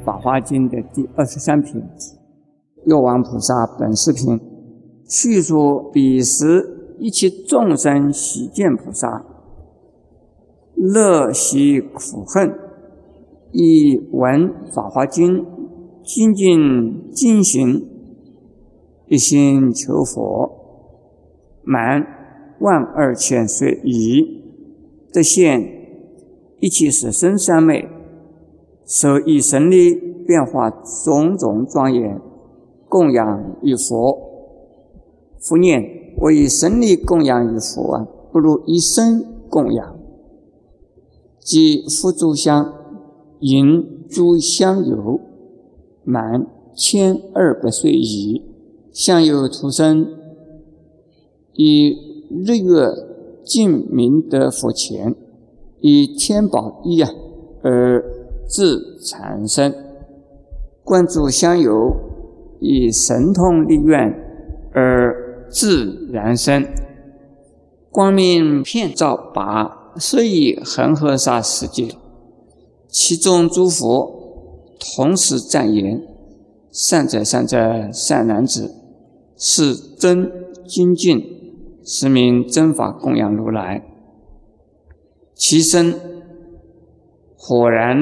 法华经》的第23品，药王菩萨本事品，叙述彼时一切众生喜见菩萨，乐喜苦恨，以闻法华经，精进精行，一心求佛，满12000岁已，得现一切十身三昧，受以神力变化种种庄严，供养于佛。复念：我以神力供养于佛不如一生供养。即复诸香，引诸香油，满1200岁已，香油出生，以日月净明德佛前，以天宝衣而自产生，观诸香油，以神通力愿而自然生，光明遍照拔，所以恒河沙世界，其中诸佛同时赞言：善哉善哉善男子，是真精进，是名真法供养如来。其身果然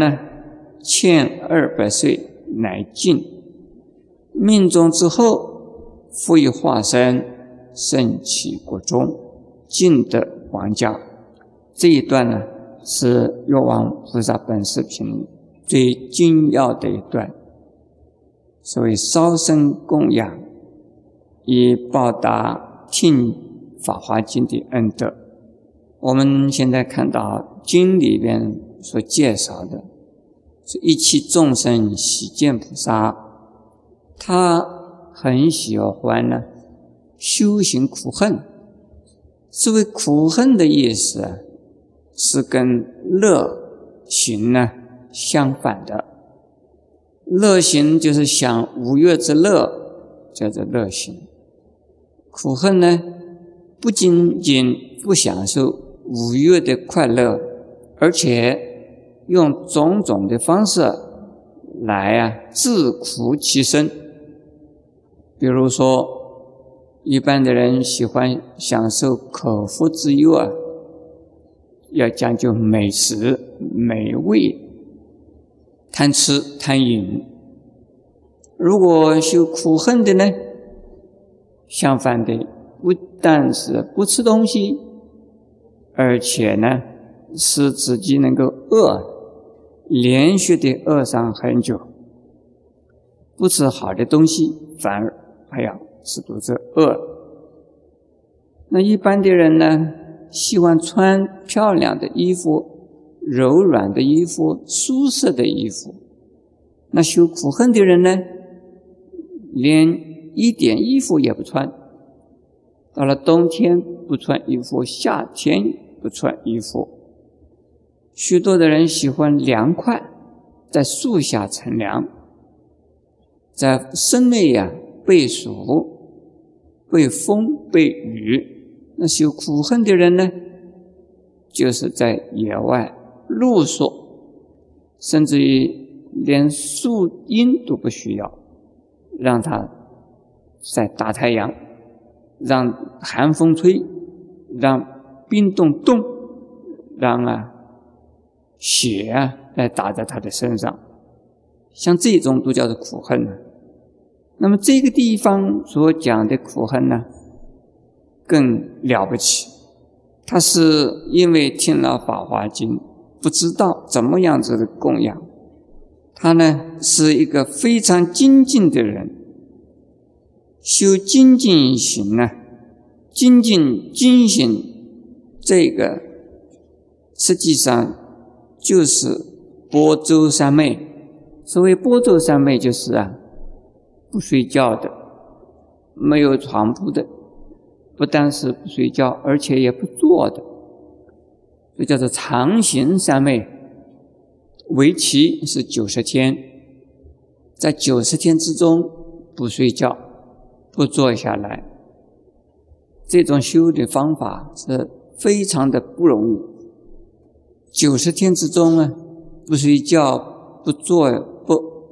1200岁乃尽，命终之后，复以化身升起国中，尽得王家。这一段是药王菩萨本事品最精要的一段，所谓烧身供养，以报答听法华经的恩德。我们现在看到经里边所介绍的是一切众生喜见菩萨，他很喜欢修行苦恨。所谓苦恨的意思是跟乐行相反的。乐行就是享五欲之乐，叫做乐行。苦恨不仅仅不享受五欲的快乐，而且用种种的方式来自苦其身。比如说，一般的人喜欢享受口腹之欲要讲究美食美味，贪吃贪饮。如果修苦恨的相反的，不但是不吃东西，而且使自己能够连续的饿上很久。不吃好的东西，反而还要使肚子饿。那一般的人喜欢穿漂亮的衣服，柔软的衣服，舒适的衣服。那修苦恨的人连一点衣服也不穿，到了冬天不穿衣服，夏天不穿衣服。许多的人喜欢凉快，在树下乘凉，在室内避暑，避风避雨。那修苦恨的人就是在野外露宿，甚至于连树荫都不需要，让它在大太阳，让寒风吹，让冰冻冻，让血来打在他的身上。像这种都叫做苦恨那么这个地方所讲的苦恨更了不起。他是因为听了法华经，不知道怎么样子的供养。他是一个非常精进的人，修精进行精进精行，这个实际上就是般舟三昧。所谓般舟三昧，就是不睡觉的，没有床铺的，不但是不睡觉，而且也不坐的，这叫做常行三昧。为期是90天，在90天之中不睡觉，不坐下来。这种修的方法是非常的不容易。90天之中不睡觉，不坐，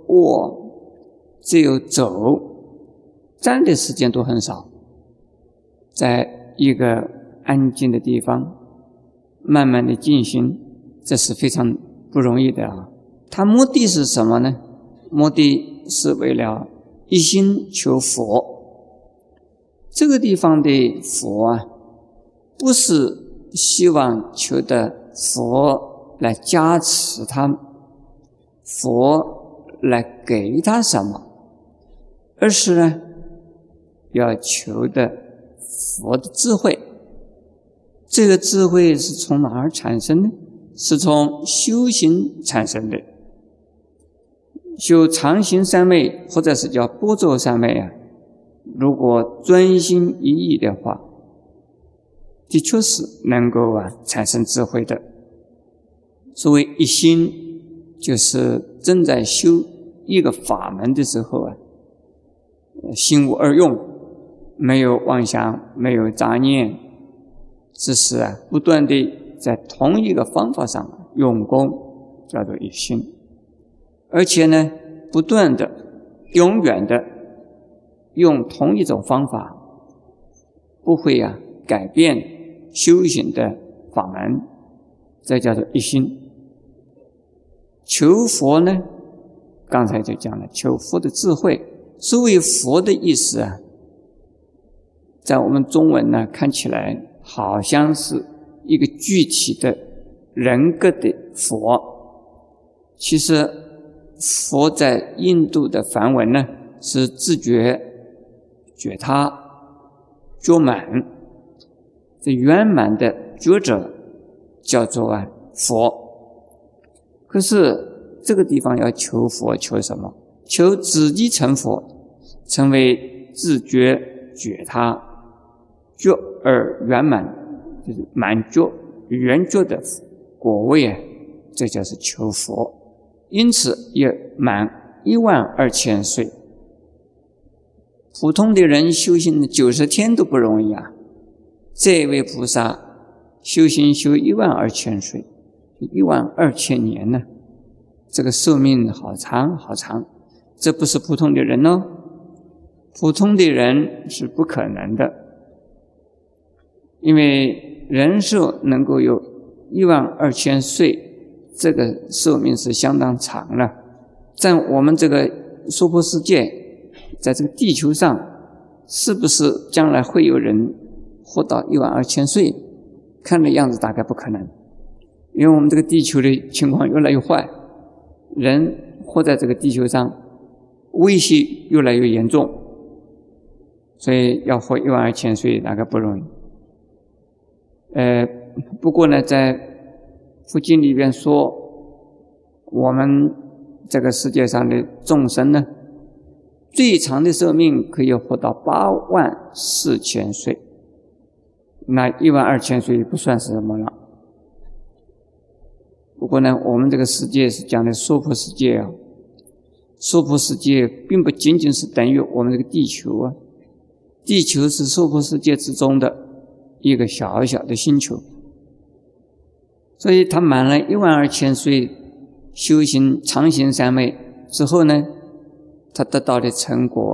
卧，只有走，站的时间都很少，在一个安静的地方慢慢的进行，这是非常不容易的啊。它目的是什么呢？目的是为了一心求佛。这个地方的佛啊，不是希望求的佛来加持他，佛来给他什么，而是呢要求的佛的智慧。这个智慧是从哪儿产生呢？是从修行产生的。修常行三昧或者是叫般舟三昧啊，如果专心一意的话，的确是能够产生智慧的。所谓一心，就是正在修一个法门的时候心无二用，没有妄想，没有杂念，只是不断地在同一个方法上用功，叫做一心。而且呢，不断的、永远的用同一种方法，不会改变修行的法门，这叫做一心。求佛呢，刚才就讲了，求佛的智慧。所谓佛的意思在我们中文呢，看起来好像是一个具体的人格的佛，其实佛在印度的梵文呢，是自觉、觉他、觉满，这圆满的觉者叫做佛。可是这个地方要求佛，求什么？求自己成佛，成为自觉、觉他、觉而圆满，就是满觉、圆觉的果位这就是求佛。因此也满12000岁。普通的人修行90天都不容易这位菩萨修行修12000岁，12000年呢，这个寿命好长好长，这不是普通的人哦，普通的人是不可能的，因为人寿能够有12000岁，这个寿命是相当长了。在我们这个娑婆世界，在这个地球上，是不是将来会有人活到12000岁？看的样子大概不可能，因为我们这个地球的情况越来越坏，人活在这个地球上威胁越来越严重，所以要活12000岁大概不容易。不过呢，在佛经里边说，我们这个世界上的众生呢，最长的寿命可以活到84000岁，那12000岁不算是什么了。不过呢，我们这个世界是讲的娑婆世界娑婆世界并不仅仅是等于我们这个地球地球是娑婆世界之中的一个小小的星球。所以他满了12000岁修行常行三昧之后呢，他得到的成果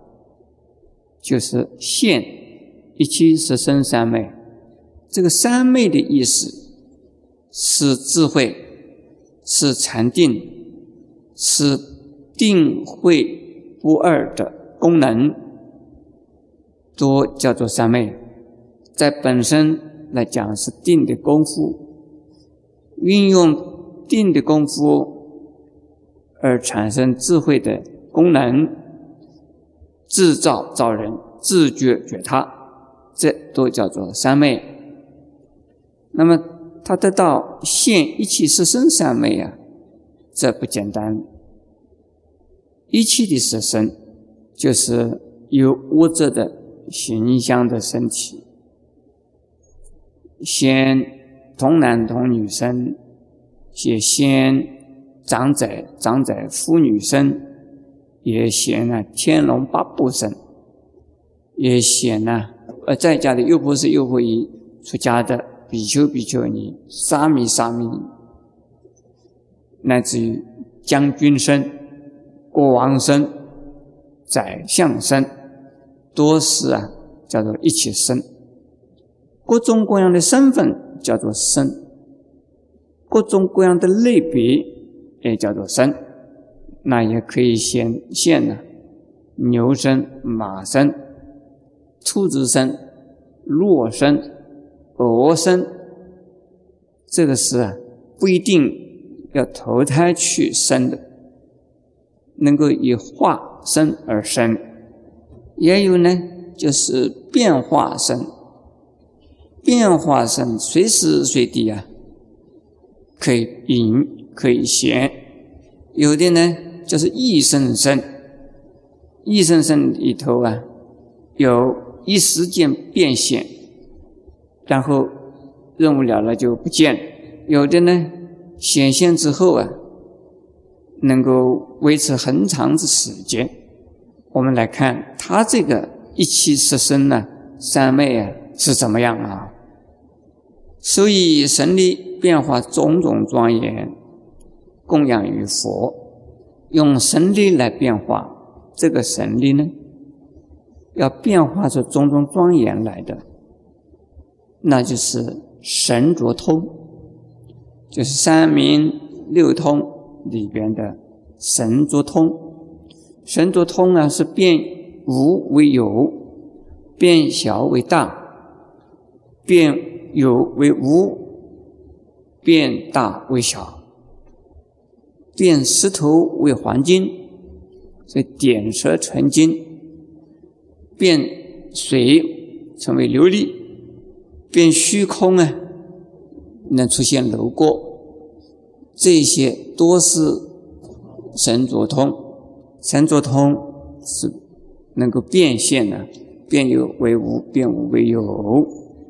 就是现一切十生三昧。这个三昧的意思是智慧，是禅定，是定慧不二的功能，都叫做三昧。在本身来讲是定的功夫，运用定的功夫而产生智慧的功能，自造造人，自觉觉他，这都叫做三昧。那么他得到现一切十生三昧这不简单。一切的十生就是有物质的形象的身体，先童男童女身，也先长者长者妇女身，也显天龙八部身，也显在家的优婆塞优婆夷，出家的比丘比丘尼，沙弥沙弥尼，乃至于将军身， 国王生、宰相生，多是叫做一起生。各种各样的身份叫做生，各种各样的类别也叫做生。那也可以显现牛生、马生、兔子生、骆生、鹅生，这个是不一定要投胎去生的，能够以化身而生。也有呢，就是变化生，变化生随时随地可以隐可以显。有的呢就是一生生，一生生里头有一时间变现，然后任务了就不见了。有的呢显现之后能够维持很长的时间。我们来看他这个一气十生三昧是怎么样所以神力变化种种庄严，供养于佛，用神力来变化。这个神力呢，要变化出种种庄严来的，那就是神足通，就是三明六通里边的神足通。神足通是变无为有，变小为大，变有为无，变大为小，变石头为黄金，所以点石成金；变水成为琉璃，变虚空能出现楼阁，这些都是神足通。神足通是能够变现变有为无，变无为有。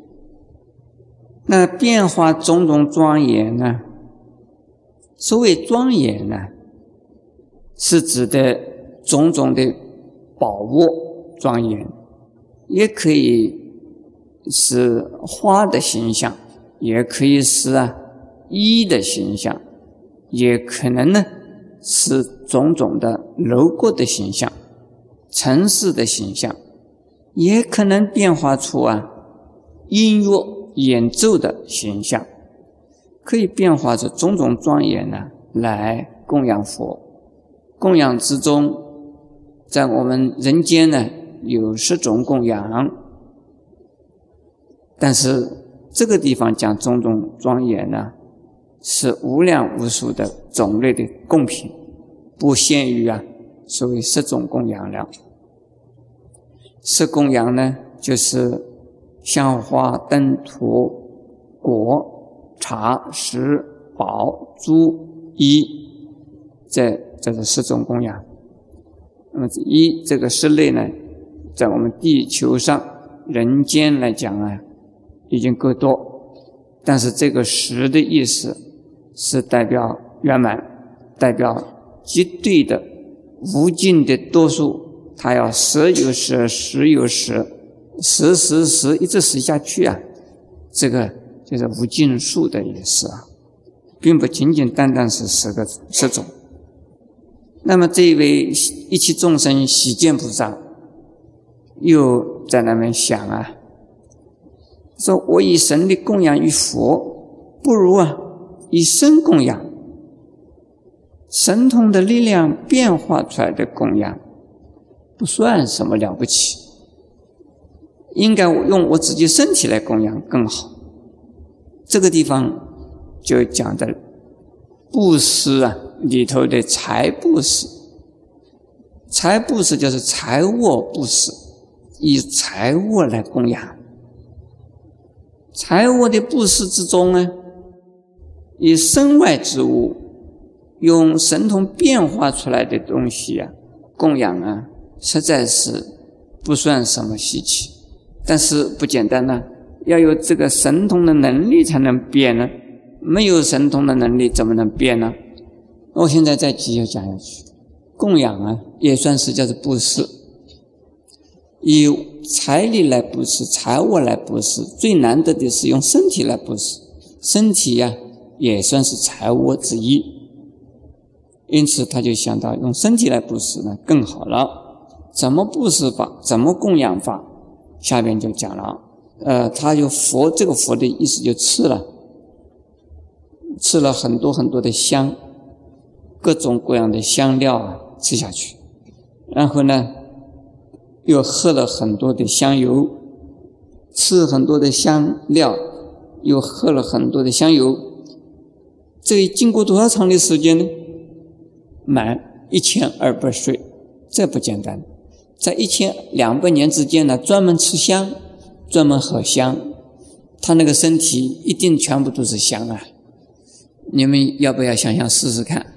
那变化种种庄严所谓庄严是指的种种的宝物庄严，也可以是花的形象，也可以是衣的形象，也可能是种种的楼阁的形象，城市的形象，也可能变化出音乐演奏的形象，可以变化出种种庄严来供养佛。供养之中，在我们人间有10种供养，但是这个地方讲种种庄严是无量无数的种类的供品，不限于所谓10种供养了。10供养就是香花灯烛果茶食宝珠衣，这是10种供养。那么这个10类在我们地球上人间来讲已经够多，但是这个10的意思是代表圆满，代表绝对的无尽的多数，它要10有10，10有10，10 10 10一直10下去这个就是无尽数的意思并不仅仅单单是10种。那么这一位一切众生喜见菩萨又在那边想说我以神力供养于佛，不如以身供养。神通的力量变化出来的供养不算什么了不起，应该用我自己身体来供养更好。这个地方就讲的布施里头的财布施。财布施就是财物布施，以财物来供养。财物的布施之中以身外之物，用神通变化出来的东西供养实在是不算什么稀奇。但是不简单要有这个神通的能力才能变呢，没有神通的能力怎么能变呢？我现在再继续讲下去。供养也算是叫做布施，以财力来布施，财物来布施，最难得的是用身体来布施，身体也算是财物之一。 因此他就想到用身体来布施呢更好了。怎么布施法，怎么供养法，下边就讲了。他就这个佛的意思就吃了很多很多的香，各种各样的香料啊吃下去，然后呢又喝了很多的香油，吃很多的香料，又喝了很多的香油。这经过多少长的时间呢？满1200岁，这不简单。在1200年之间呢，专门吃香，专门喝香，他那个身体一定全部都是香啊！你们要不要想想试试看？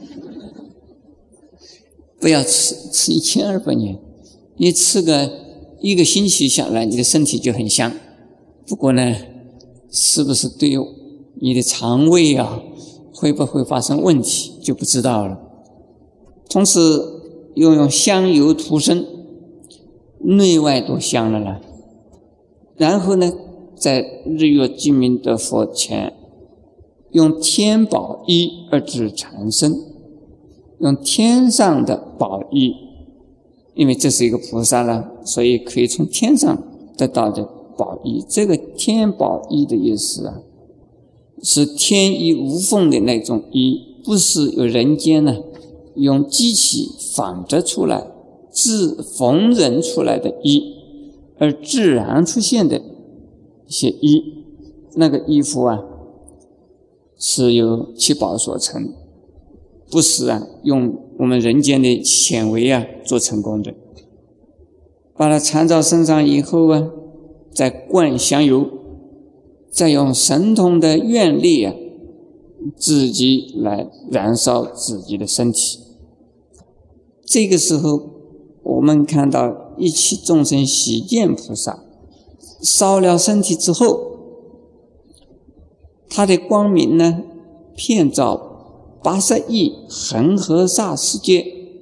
不要吃1200年，你吃个1个星期下来，你的身体就很香。不过呢，是不是对你的肠胃啊，会不会发生问题就不知道了。同时又用香油涂身，内外都香了呢。然后呢，在日月精明的佛前，用天宝衣而至禅身，用天上的宝衣，因为这是一个菩萨了，所以可以从天上得到的宝衣。这个天宝衣的意思啊，是天衣无缝的那种衣，不是有人间呢用机器纺织出来缝纫出来的衣，而自然出现的一些衣。那个衣服啊是由七宝所成，不是用我们人间的纤维做成功的。把它缠到身上以后再灌香油，再用神通的愿力自己来燃烧自己的身体。这个时候我们看到一切众生喜见菩萨烧了身体之后，他的光明呢遍照80亿恒河沙世界。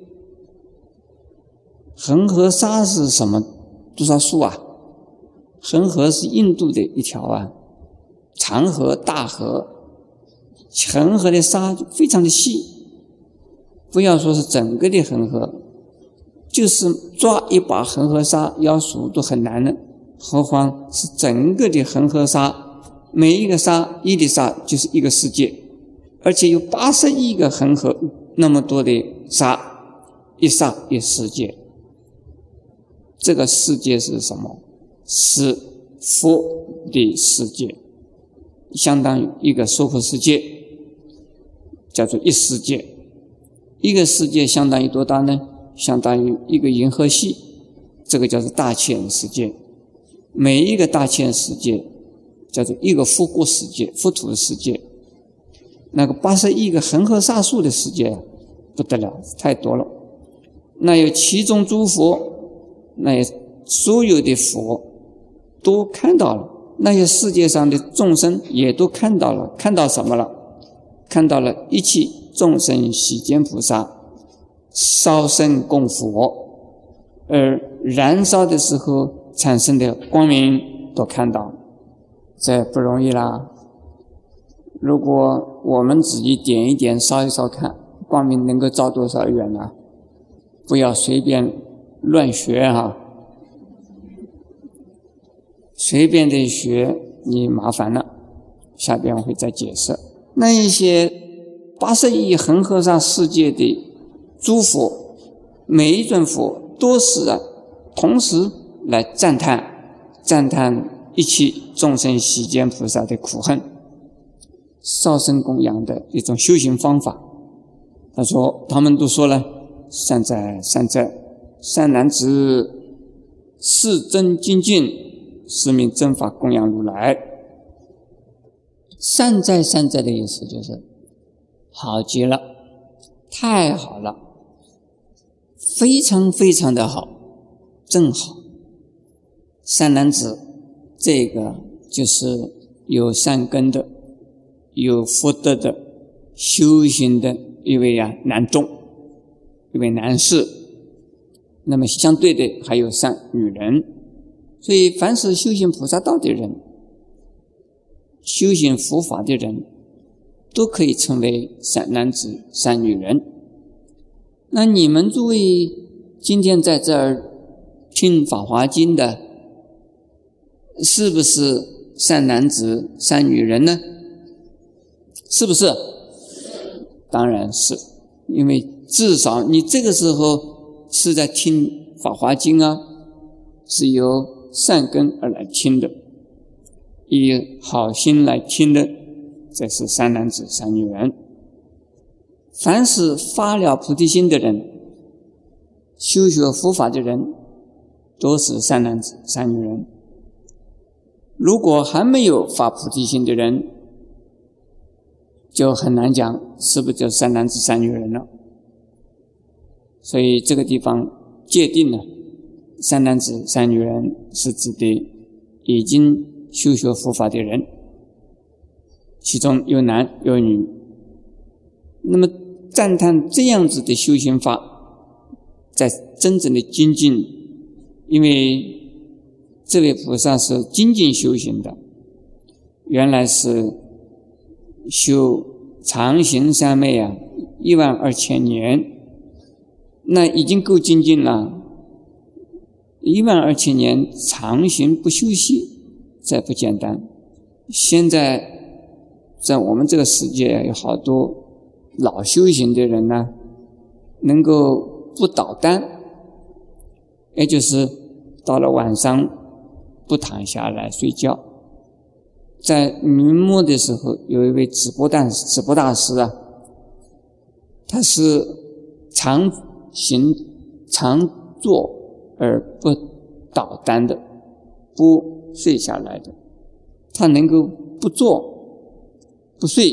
恒河沙是什么？多少数啊？恒河是印度的一条长河大河，恒河的沙就非常的细，不要说是整个的恒河，就是抓一把恒河沙要数都很难了，何况是整个的恒河沙，每一个沙一粒沙就是一个世界，而且有80亿个恒河，那么多的沙，一沙一世界。这个世界是什么？是佛的世界，相当于一个娑婆世界，叫做一世界。一个世界相当于多大呢？相当于一个银河系，这个叫做大千世界。每一个大千世界叫做一个佛国世界，佛土的世界。那个80亿个恒河沙数的世界不得了，太多了。那有其中诸佛，那些所有的佛都看到了，那些世界上的众生也都看到了。看到什么了？看到了一切众生喜见菩萨烧身供佛，而燃烧的时候产生的光明都看到，这不容易啦。如果我们自己点一点烧一烧看，光明能够照多少远呢？不要随便乱学随便的学你麻烦了，下边我会再解释。那一些80亿恒河沙世界的诸佛，每一尊佛都是同时来赞叹一切众生喜见菩萨的苦恨，烧身供养的一种修行方法。他们都说了，善哉善哉，善男子，是真精进，是名正法供养如来。善哉善哉的意思就是好极了，太好了，非常非常的好，正好。善男子这个就是有善根的，有福德的，修行的一位男众，一位男士。那么相对的还有善女人。所以凡是修行菩萨道的人，修行佛法的人，都可以称为善男子善女人。 那你们诸位今天在这儿听《法华经》的，是不是善男子、善女人呢？是不是？当然是，因为至少你这个时候是在听《法华经》啊，是由善根而来听的，以好心来听的，这是善男子、善女人。凡是发了菩提心的人，修学佛法的人，都是善男子、善女人。如果还没有发菩提心的人，就很难讲是不是就善男子、善女人了。所以这个地方界定了善男子、善女人是指的已经修学佛法的人，其中有男有女。那么赞叹这样子的修行法在真正的精进，因为这位菩萨是精进修行的，原来是修常行三昧啊，12000年，那已经够精进了。12000年常行不休息，这不简单。现在在我们这个世界有好多老修行的人呢，能够不倒单，也就是到了晚上不躺下来睡觉。在明末的时候，有一位智波大师啊，他是常行常坐而不倒单的，不睡下来的。他能够不坐不睡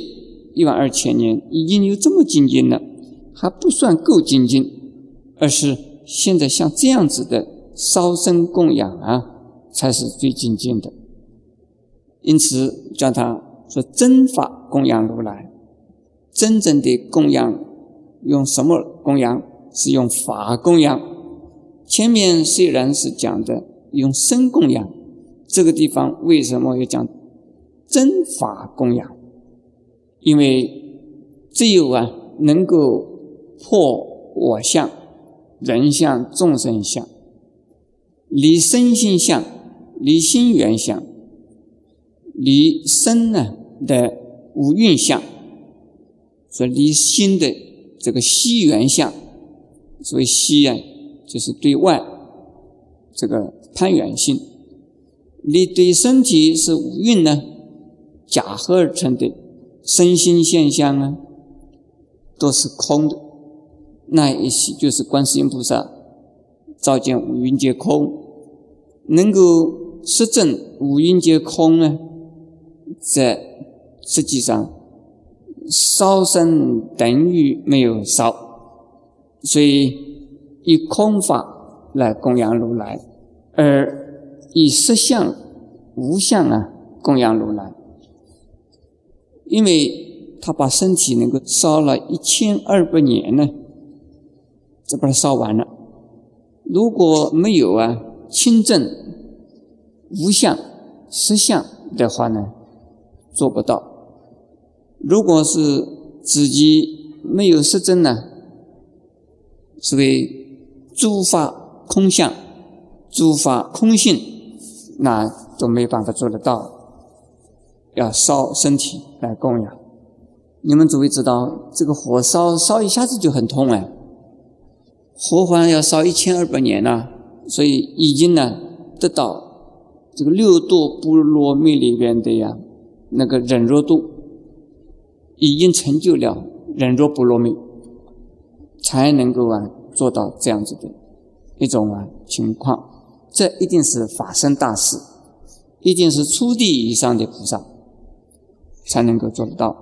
12000年，已经有这么精进了，还不算够精进，而是现在像这样子的烧身供养啊，才是最精进的。因此叫他说真法供养如来。真正的供养用什么供养？是用法供养。前面虽然是讲的用身供养，这个地方为什么要讲真法供养？因为只有能够破我相、人相、众生相，离身心相，离心缘相，离身的五蕴相，所以离心的这个息缘相。所谓息就是对外这个攀缘性，离对身体是五蕴假合而成的身心现象都是空的。那一些就是观世音菩萨照见五蕴皆空，能够实证五蕴皆空在实际上烧身等于没有烧，所以以空法来供养如来，而以实相无相供养如来。因为他把身体能够烧了1200年呢，就把它烧完了。如果没有亲证无相实相的话呢，做不到。如果是自己没有实证是为诸法空相、诸法空性，那都没办法做得到。要烧身体来供养。你们诸位知道，这个火烧一下子就很痛火环要烧1200年了，所以已经得到这个六度波罗蜜里边的那个忍辱度，已经成就了忍辱波罗蜜，才能够做到这样子的一种情况。这一定是法身大事，一定是初地以上的菩萨才能够做得到。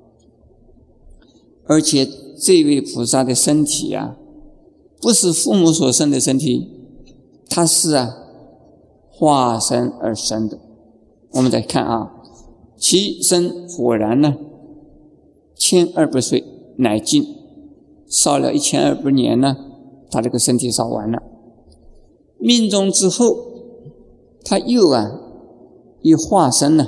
而且这位菩萨的身体不是父母所生的身体，他是化身而生的。我们再看其身果然1200岁乃尽，烧了1200年他这个身体烧完了。命终之后，他又一化身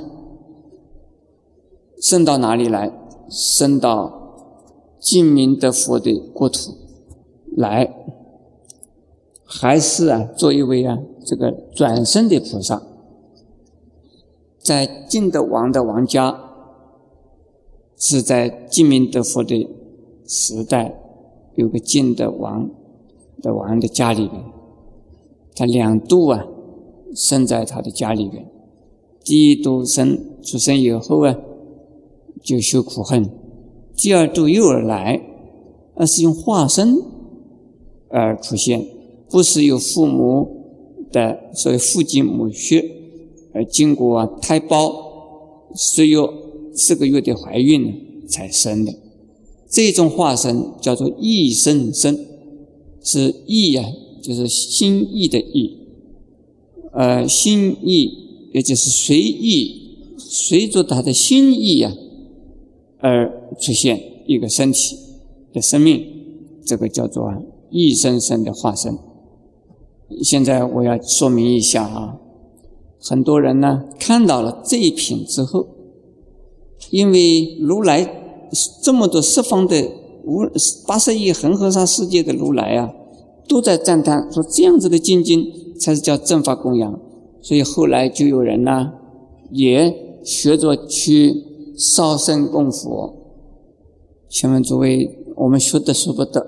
升到哪里来？升到净明德佛的国土。 来，还是做一位这个转生的菩萨。在净德王的王家，是在净明德佛的时代，有个净德王的家里边，他2度生在他的家里边。第1度出生以后就修苦恨，第2度又而来，而是用化身而出现，不是由父母的所谓父精母血，而经过胎胞只有4个月的怀孕才生的。这种化身叫做意生身，是意就是心意的意，心意也就是随意，随着他的心意而出现一个身体的生命，这个叫做意生身的化身。现在我要说明一下很多人呢看到了这一品之后，因为如来这么多十方的80亿恒河沙世界的如来都在赞叹说这样子的精进才是叫正法供养，所以后来就有人也学着去烧身供佛。请问诸位，我们学得说不得？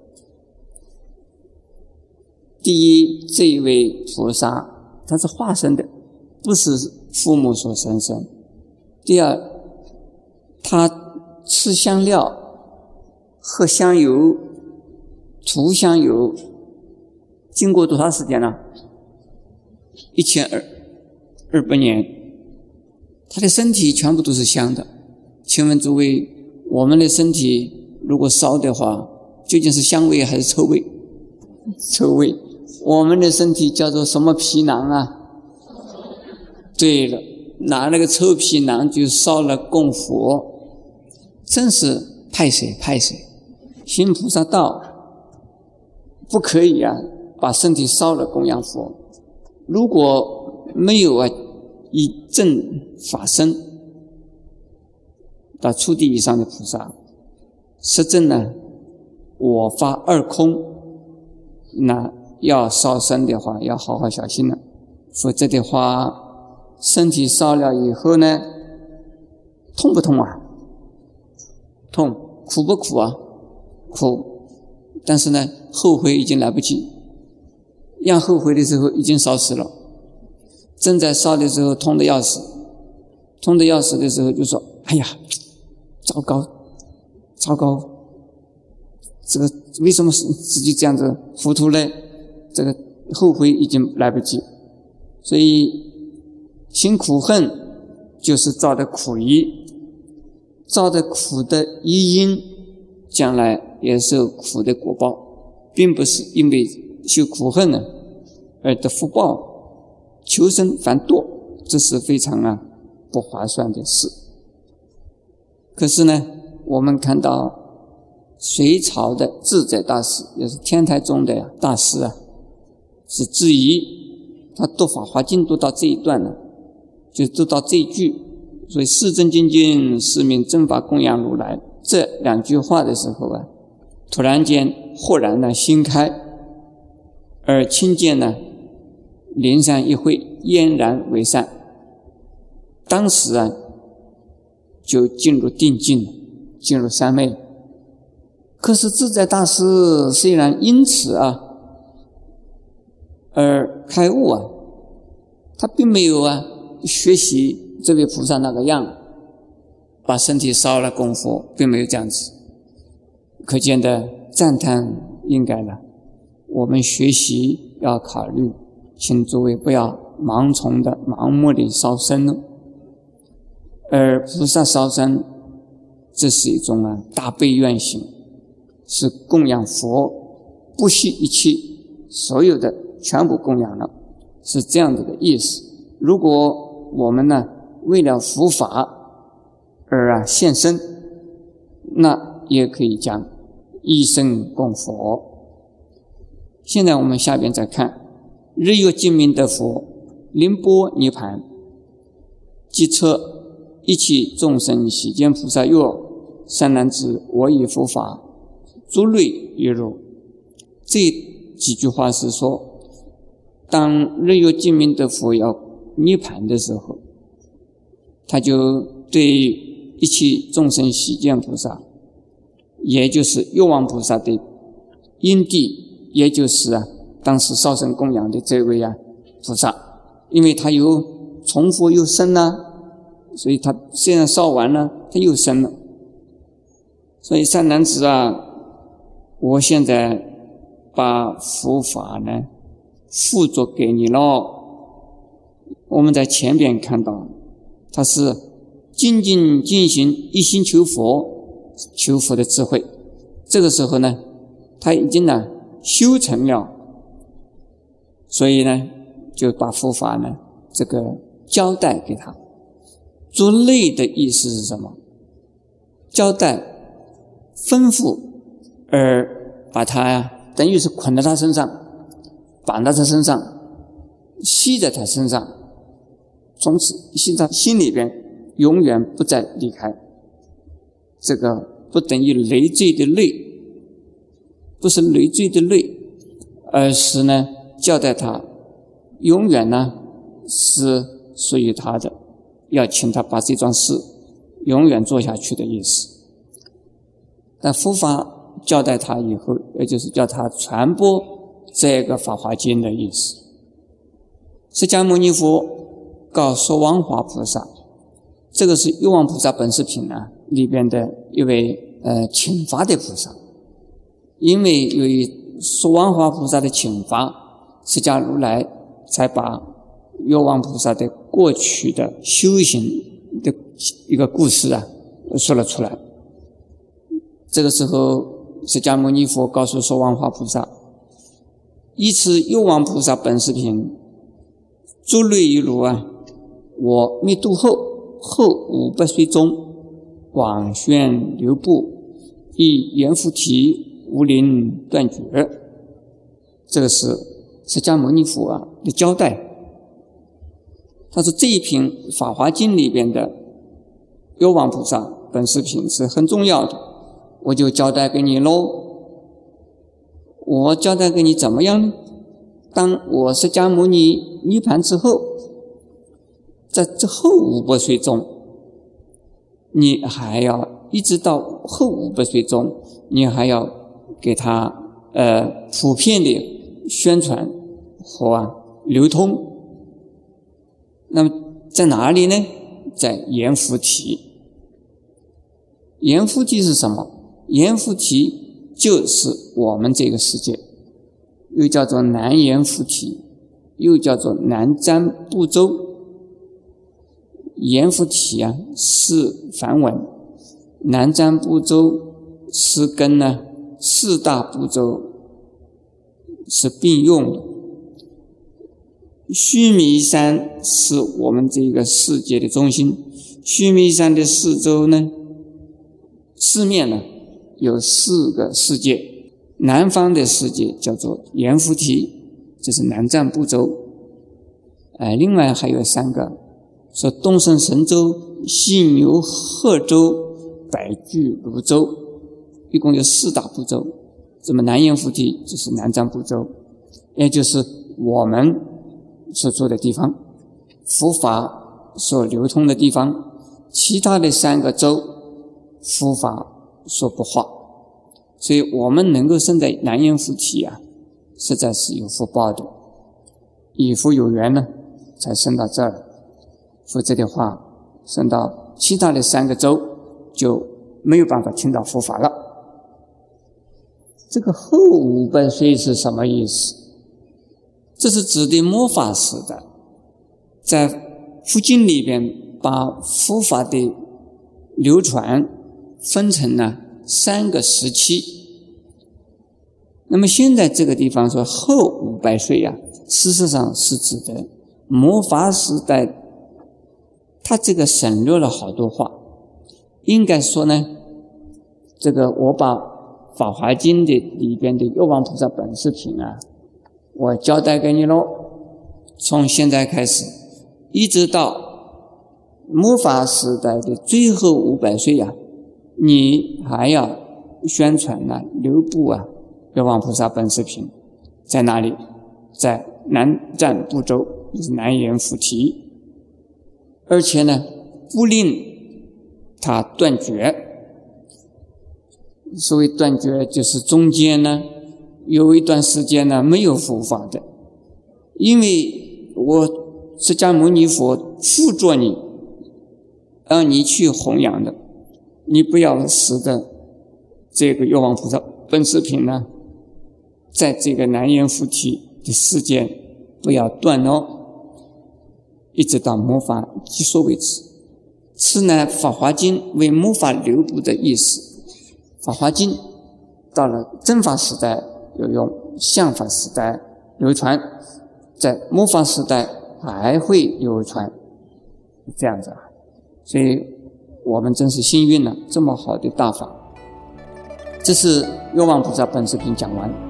第一，这一位菩萨他是化身的，不是父母所生身。第二，他吃香料、喝香油、涂香油，经过多长时间呢？1200年，他的身体全部都是香的。请问诸位，我们的身体如果烧的话，究竟是香味还是臭味？臭味。我们的身体叫做什么皮囊对了，拿那个臭皮囊就烧了供佛，真是派谁。行菩萨道不可以把身体烧了供养佛。如果没有以正法身到初地以上的菩萨，实证我发2空，那要烧身的话要好好小心了，否则的话身体烧了以后呢，痛不痛痛。苦不苦苦。但是呢后悔已经来不及，要后悔的时候已经烧死了。正在烧的时候痛得要死的时候就说哎呀糟糕，这个为什么自己这样子糊涂呢？这个后悔已经来不及。所以行苦恨就是造的苦业，造的苦的一因，将来也受苦的果报，并不是因为修苦恨而得福报，求生反堕，这是非常不划算的事。可是呢，我们看到隋朝的智者大师，也是天台宗的大师是质疑他读法华经读到这一段了，就读到这一句，所以世正精进，是名正法供养如来，这2句话的时候突然间豁然心开，而亲见灵山一会，嫣然为善，当时就进入定境，进入三昧。可是自在大师虽然因此而开悟他并没有学习这位菩萨那个样，把身体烧了供佛，并没有这样子。可见的赞叹应该了。我们学习要考虑，请诸位不要盲目的烧身了。而菩萨烧身，这是一种大悲愿行，是供养佛，不惜一切，所有的全部供养了，是这样子的意思。如果我们为了佛法而献身，那也可以讲一生供佛。现在我们下边再看，日月精明的佛，凌波涅盘，即测一切众生喜见菩萨曰：善男子，我以佛法诸类于汝， 几句话是说，当日月净明的佛要涅槃的时候，他就对一切众生喜见菩萨，也就是药王菩萨的因地，也就是当时烧身供养的这位菩萨，因为他有重复又生所以他现在烧完了，他又生了。所以善男子我现在把佛法呢付诸给你了。我们在前边看到，他是精进进行，一心求佛，求佛的智慧。这个时候呢，他已经修成了，所以呢，就把佛法呢这个交代给他。作类的意思是什么？交代、吩咐，而把他等于是捆在他身上，绑在他身上，系在他身上，从此系在心里边，永远不再离开。这个不等于累赘的累，不是累赘的累，而是呢交代他永远呢是属于他的，要请他把这桩事永远做下去的意思。但佛法交代他以后，也就是叫他传播这个《法华经》的意思。释迦牟尼佛告说王华菩萨，这个是药王菩萨本事品里边的一位请法的菩萨。因为由于说王华菩萨的请法，释迦如来才把药王菩萨的过去的修行的一个故事说了出来。这个时候释迦牟尼佛告诉说王华菩萨，依此药王菩萨本事品，诸类于如我灭度后500岁中，广宣流布，以阎浮提无临断绝。这个是释迦牟尼佛的交代。他说这一品《法华经》里边的药王菩萨本事品是很重要的，我就交代给你咯。我交代给你怎么样呢？当我释迦牟尼涅槃之后，在这后500岁中，你还要一直到后500岁中，你还要给他普遍的宣传和流通。那么在哪里呢？在阎浮提。阎浮提是什么？阎浮提就是我们这个世界，又叫做南阎浮提，又叫做南瞻部洲。阎浮提是梵文，南瞻部洲是跟四大部洲是并用的。须弥山是我们这个世界的中心，须弥山的四周呢，四面呢有4个世界，南方的世界叫做阎浮提，这是南瞻部洲。另外还有3个，说东胜神州、西牛贺州、百俱泸州，一共有4大部洲。这么南阎浮提就是南瞻部洲，也就是我们所住的地方，佛法所流通的地方。其他的3个州佛法所不化，所以我们能够生在南阎浮提实在是有福报的，以福有缘呢才生到这儿，否则的话生到其他的3个州就没有办法听到佛法了。这个后500岁是什么意思？这是指的末法时代，在佛经里边把佛法的流传分成了3个时期。那么现在这个地方说后500岁事实上是指的末法时代，他这个省略了好多话。应该说呢，这个我把《法华经》的里边的药王菩萨本事品我交代给你咯。从现在开始一直到末法时代的最后500岁你还要宣传流布药王菩萨本事品， 在哪里？在南瞻部洲，就是南阎浮提。而且呢，不令他断绝。所谓断绝，就是中间呢有一段时间呢没有佛法的，因为我释迦牟尼佛辅佐你，让你去弘扬的，你不要使得这个药王菩萨本师品呢，在这个南阎浮提的时间不要断哦，一直到末法结束为止。此乃《法华经》为末法流布的意思。《法华经》到了正法时代有用，相法时代流传，在末法时代还会流传，这样子啊。所以我们真是幸运了，这么好的大法。这是药王菩萨本师品讲完。